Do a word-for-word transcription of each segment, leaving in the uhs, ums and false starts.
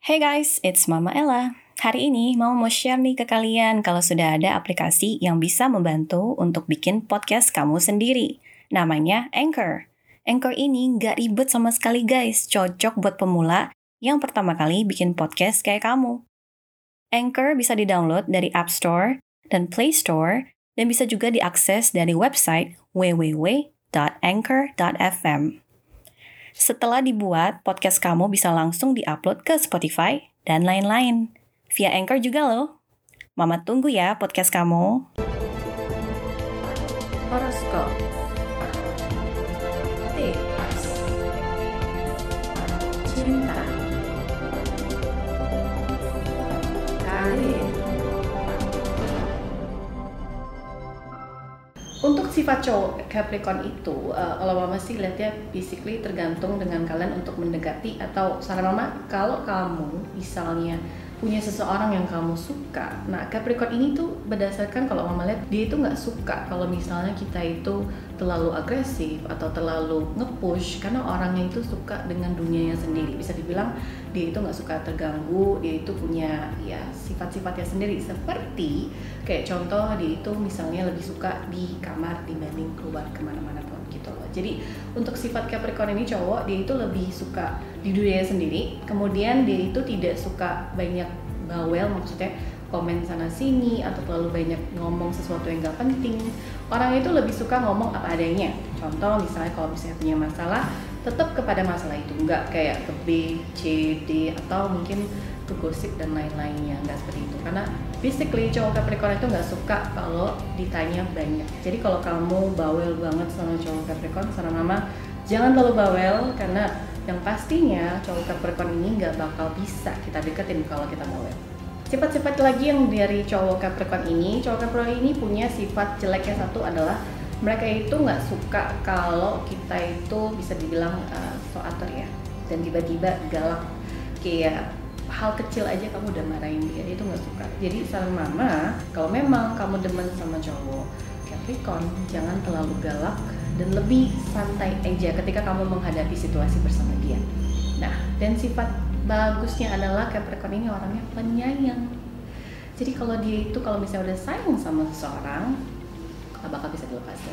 Hey guys, it's Mama Ella. Hari ini mau mau share nih ke kalian kalau sudah ada aplikasi yang bisa membantu untuk bikin podcast kamu sendiri. Namanya Anchor. Anchor ini nggak ribet sama sekali guys, cocok buat pemula yang pertama kali bikin podcast kayak kamu. Anchor bisa di-download dari App Store dan Play Store dan bisa juga diakses dari website w w w dot anchor dot f m. Setelah dibuat, podcast kamu bisa langsung diupload ke Spotify dan lain-lain. Via Anchor juga loh. Mama tunggu ya podcast kamu. Horoskop. Tips. Cinta. Karir. Untuk sifat cowok Capricorn itu, uh, kalau mama sih lihatnya basically tergantung dengan kalian untuk mendekati atau saran mama kalau kamu misalnya punya seseorang yang kamu suka. Nah Capricorn ini tuh berdasarkan kalau mama lihat dia itu nggak suka kalau misalnya kita itu terlalu agresif atau terlalu nge-push karena orangnya itu suka dengan dunianya sendiri. Bisa dibilang dia itu nggak suka terganggu, dia itu punya ya sifat-sifatnya sendiri seperti kayak contoh dia itu misalnya lebih suka di kamar dibanding keluar kemana-mana pun gitu loh. Jadi untuk sifat Capricorn ini cowok dia itu lebih suka di dunianya sendiri, kemudian dia itu tidak suka banyak bawel, maksudnya komen sana sini atau terlalu banyak ngomong sesuatu yang gak penting. Orang itu lebih suka ngomong apa adanya. Contoh misalnya kalau misalnya punya masalah, tetap kepada masalah itu, nggak kayak ke B, C, D atau mungkin ke gosip dan lain-lainnya, nggak seperti itu. Karena basically cowok Capricorn itu nggak suka kalau ditanya banyak. Jadi kalau kamu bawel banget sama cowok Capricorn, saran mama jangan terlalu bawel karena yang pastinya cowok Capricorn ini nggak bakal bisa kita deketin kalau kita bawel. Sifat-sifat lagi yang dari cowok Capricorn ini, cowok Capricorn ini punya sifat jeleknya satu adalah mereka itu nggak suka kalau kita itu bisa dibilang uh, so atur ya, dan tiba-tiba galak kayak hal kecil aja kamu udah marahin dia, dia itu nggak suka. Jadi saran mama, kalau memang kamu demen sama cowok Capricorn, jangan terlalu galak dan lebih santai aja ketika kamu menghadapi situasi bersama dia. Nah, dan sifat bagusnya adalah Capricorn ini orangnya penyayang. Jadi kalau dia itu kalau misalnya udah sayang sama seseorang, gak bakal bisa dilepasin.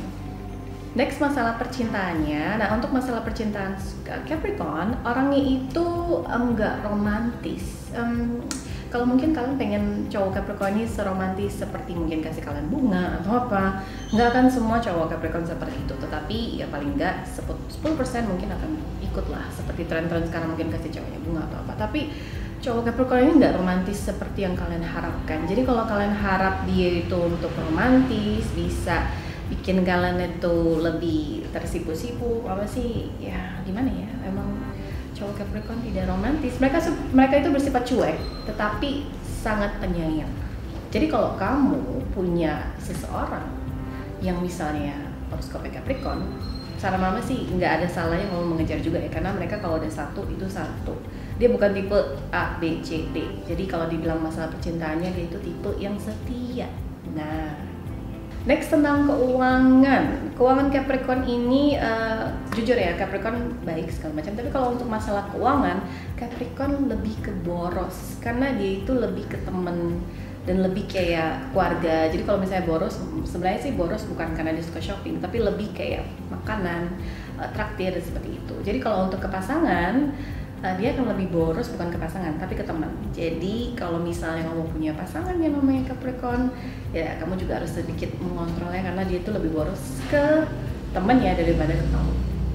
Next, masalah percintaannya. Nah, untuk masalah percintaan Capricorn, orangnya itu enggak romantis. Um, kalau mungkin kalian pengen cowok Capricorn ini seromantis seperti mungkin kasih kalian bunga atau apa, nggak akan semua cowok Capricorn seperti itu. Tetapi ya paling nggak sepuluh persen mungkin akan ikut lah seperti tren-tren sekarang, mungkin kasih cowoknya bunga atau apa. Tapi cowok Capricorn ini nggak romantis seperti yang kalian harapkan. Jadi kalau kalian harap dia itu untuk romantis, bisa bikin kalian itu lebih tersipu-sipu, apa sih ya gimana ya, emang cowok Capricorn tidak romantis. Mereka mereka itu bersifat cuek, tetapi sangat penyayang. Jadi kalau kamu punya seseorang yang misalnya horoskopnya Capricorn, saran mama sih nggak ada salahnya kamu mengejar juga ya, karena mereka kalau ada satu itu satu. Dia bukan tipe A, B, C, D. Jadi kalau dibilang masalah percintaannya, dia itu tipe yang setia. Nah, next tentang keuangan. Keuangan Capricorn ini uh, jujur ya, Capricorn baik segala macam. Tapi kalau untuk masalah keuangan, Capricorn lebih ke boros karena dia itu lebih ke temen dan lebih kayak keluarga. Jadi kalau misalnya boros, sebenarnya sih boros bukan karena dia suka shopping, tapi lebih kayak makanan, uh, traktir seperti itu. Jadi kalau untuk ke pasangan, Uh, dia akan lebih boros bukan ke pasangan tapi ke teman. Jadi kalau misalnya kamu punya pasangan yang namanya Capricorn, ya kamu juga harus sedikit mengontrolnya karena dia itu lebih boros ke teman ya daripada ke kamu.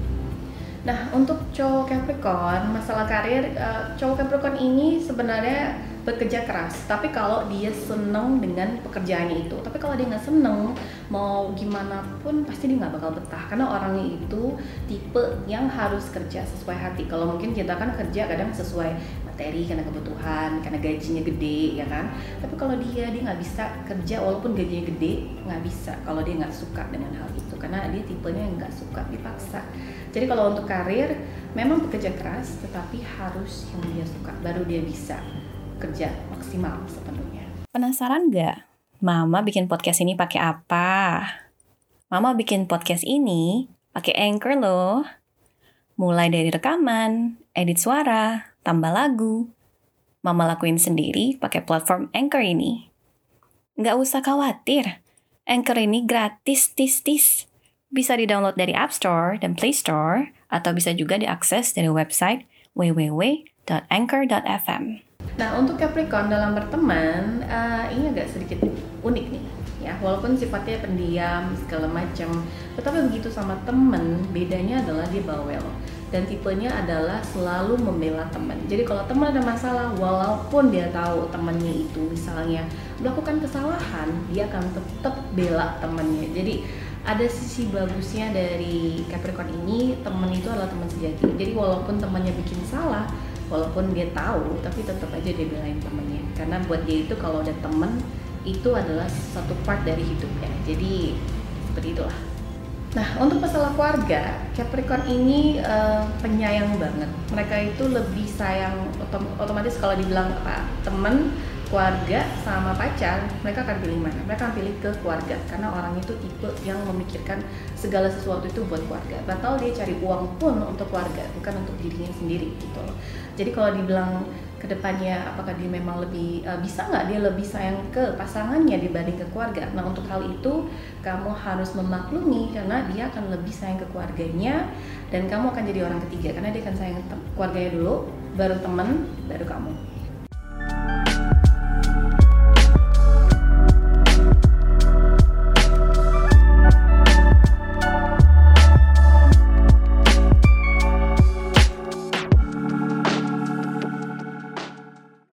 Nah untuk cowok Capricorn, masalah karir, uh, cowok Capricorn ini sebenarnya bekerja keras, tapi kalau dia seneng dengan pekerjaannya itu. Tapi kalau dia nggak seneng, mau gimana pun pasti dia nggak bakal betah, karena orangnya itu tipe yang harus kerja sesuai hati. Kalau mungkin kita kan kerja kadang sesuai materi karena kebutuhan, karena gajinya gede ya kan. Tapi kalau dia dia nggak bisa kerja walaupun gajinya gede, nggak bisa kalau dia nggak suka dengan hal itu, karena dia tipenya yang nggak suka dipaksa. Jadi kalau untuk karir memang bekerja keras, tetapi harus yang dia suka baru dia bisa kerja maksimal sepenuhnya. Penasaran nggak? Mama bikin podcast ini pakai apa? Mama bikin podcast ini pakai Anchor loh. Mulai dari rekaman, edit suara, tambah lagu. Mama lakuin sendiri pakai platform Anchor ini. Nggak usah khawatir, Anchor ini gratis tis-tis. Bisa di-download dari App Store dan Play Store, atau bisa juga diakses dari website w w w dot anchor dot f m. Nah, untuk Capricorn dalam berteman, uh, ini agak sedikit unik nih. Ya, walaupun sifatnya pendiam segala macam, tetapi begitu sama temen, bedanya adalah dia bawel dan tipenya adalah selalu membela teman. Jadi kalau teman ada masalah, walaupun dia tahu temannya itu misalnya melakukan kesalahan, dia akan tetap bela temannya. Jadi ada sisi bagusnya dari Capricorn ini, teman itu adalah teman sejati. Jadi walaupun temannya bikin salah, walaupun dia tahu, tapi tetap aja dia belain temannya. Karena buat dia itu kalau ada teman, itu adalah satu part dari hidupnya. Jadi seperti itulah. Nah, untuk masalah keluarga, Capricorn ini uh, penyayang banget. Mereka itu lebih sayang, otom- otomatis kalau dibilang apa, teman, keluarga sama pacar, mereka akan pilih mana? Mereka akan pilih ke keluarga, karena orang itu tipe yang memikirkan segala sesuatu itu buat keluarga. Bahkan dia cari uang pun untuk keluarga, bukan untuk dirinya sendiri gitu loh. Jadi kalau dibilang kedepannya apakah dia memang lebih uh, bisa nggak dia lebih sayang ke pasangannya dibanding ke keluarga. Nah, untuk hal itu kamu harus memaklumi, karena dia akan lebih sayang ke keluarganya dan kamu akan jadi orang ketiga, karena dia akan sayang te- keluarganya dulu, baru teman, baru kamu.